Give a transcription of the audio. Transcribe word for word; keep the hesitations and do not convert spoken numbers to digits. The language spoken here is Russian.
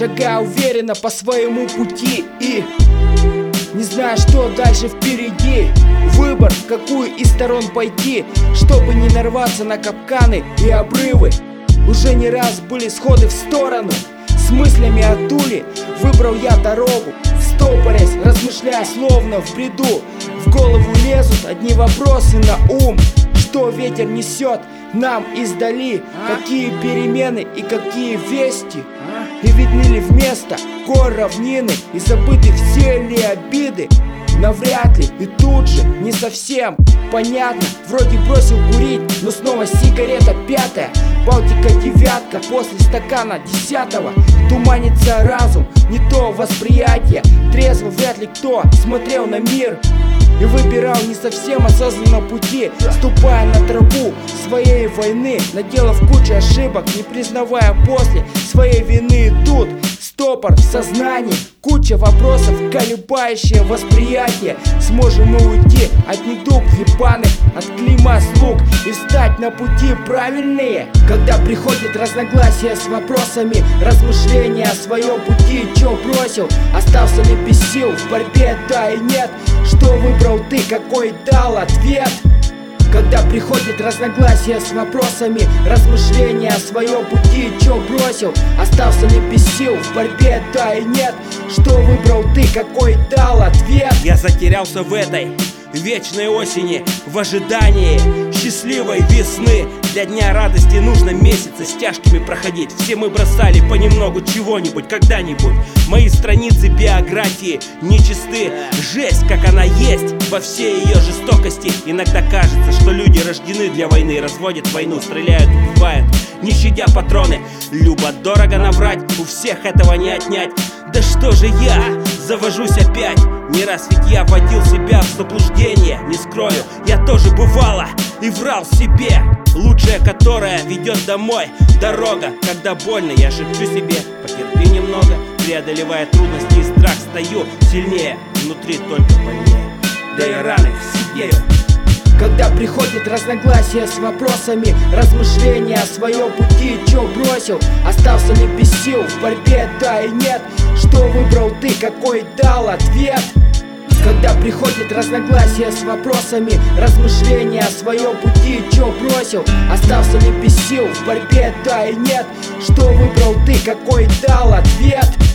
шагая уверенно по своему пути и не знаю, что дальше впереди. Выбор, в какую из сторон пойти, чтобы не нарваться на капканы и обрывы. Уже не раз были сходы в сторону. С мыслями о дуле выбрал я дорогу, стопорясь, размышляя словно в бреду. В голову лезут одни вопросы на ум: что ветер несет нам издали, какие перемены и какие вести. И видны ли вместо гор равнины, и забыты все ли обиды? Навряд ли, и тут же не совсем понятно. Вроде бросил курить, но снова сигарета пятая. Балтика девятка после стакана десятого. Туманится разум, не то восприятие. Трезво вряд ли кто смотрел на мир и выбирал не совсем осознанно пути, ступая на тропу своей войны, наделав кучу ошибок, не признавая после своей вины. И тут стопор в сознании, куча вопросов, колебающее восприятие. Сможем мы уйти от недуг ебаных, от клейма слуг, и встать на пути правильные? Когда приходит разногласия с вопросами, размышления о своем пути, чё бросил, остался ли без сил в борьбе, да и нет? Что выбрал ты, какой дал ответ? Когда приходит разногласия с вопросами, размышления о своем пути, чё бросил, остался ли без сил в борьбе, да и нет? Что выбрал ты, какой дал ответ? Я затерялся в этой вечной осени, в ожидании счастливой весны. Для дня радости нужно месяцы с тяжкими проходить. Все мы бросали понемногу чего-нибудь, когда-нибудь. Мои страницы биографии нечисты. Жесть, как она есть, во всей ее жестокости. Иногда кажется, что люди рождены для войны. Разводят войну, стреляют, убивают, не щадя патроны. Любо-дорого наврать, у всех этого не отнять. Да что же я завожусь опять? Не раз ведь я вводил себя в заблуждение. Не скрою, я тоже бывало и врал себе. Лучшая, которая ведет домой дорога. Когда больно, я шепчу себе: потерпи немного. Преодолевая трудности и страх, стою сильнее, внутри только больнее, да и раны сидею. Когда приходит разногласия с вопросами, размышления о своем пути, чё бросил, остался ли без сил в борьбе, да и нет? Что выбрал ты, какой дал ответ? Когда приходит разногласия с вопросами, размышления о своем пути, чё бросил, остался ли без сил в борьбе, да и нет? Что выбрал ты, какой дал ответ?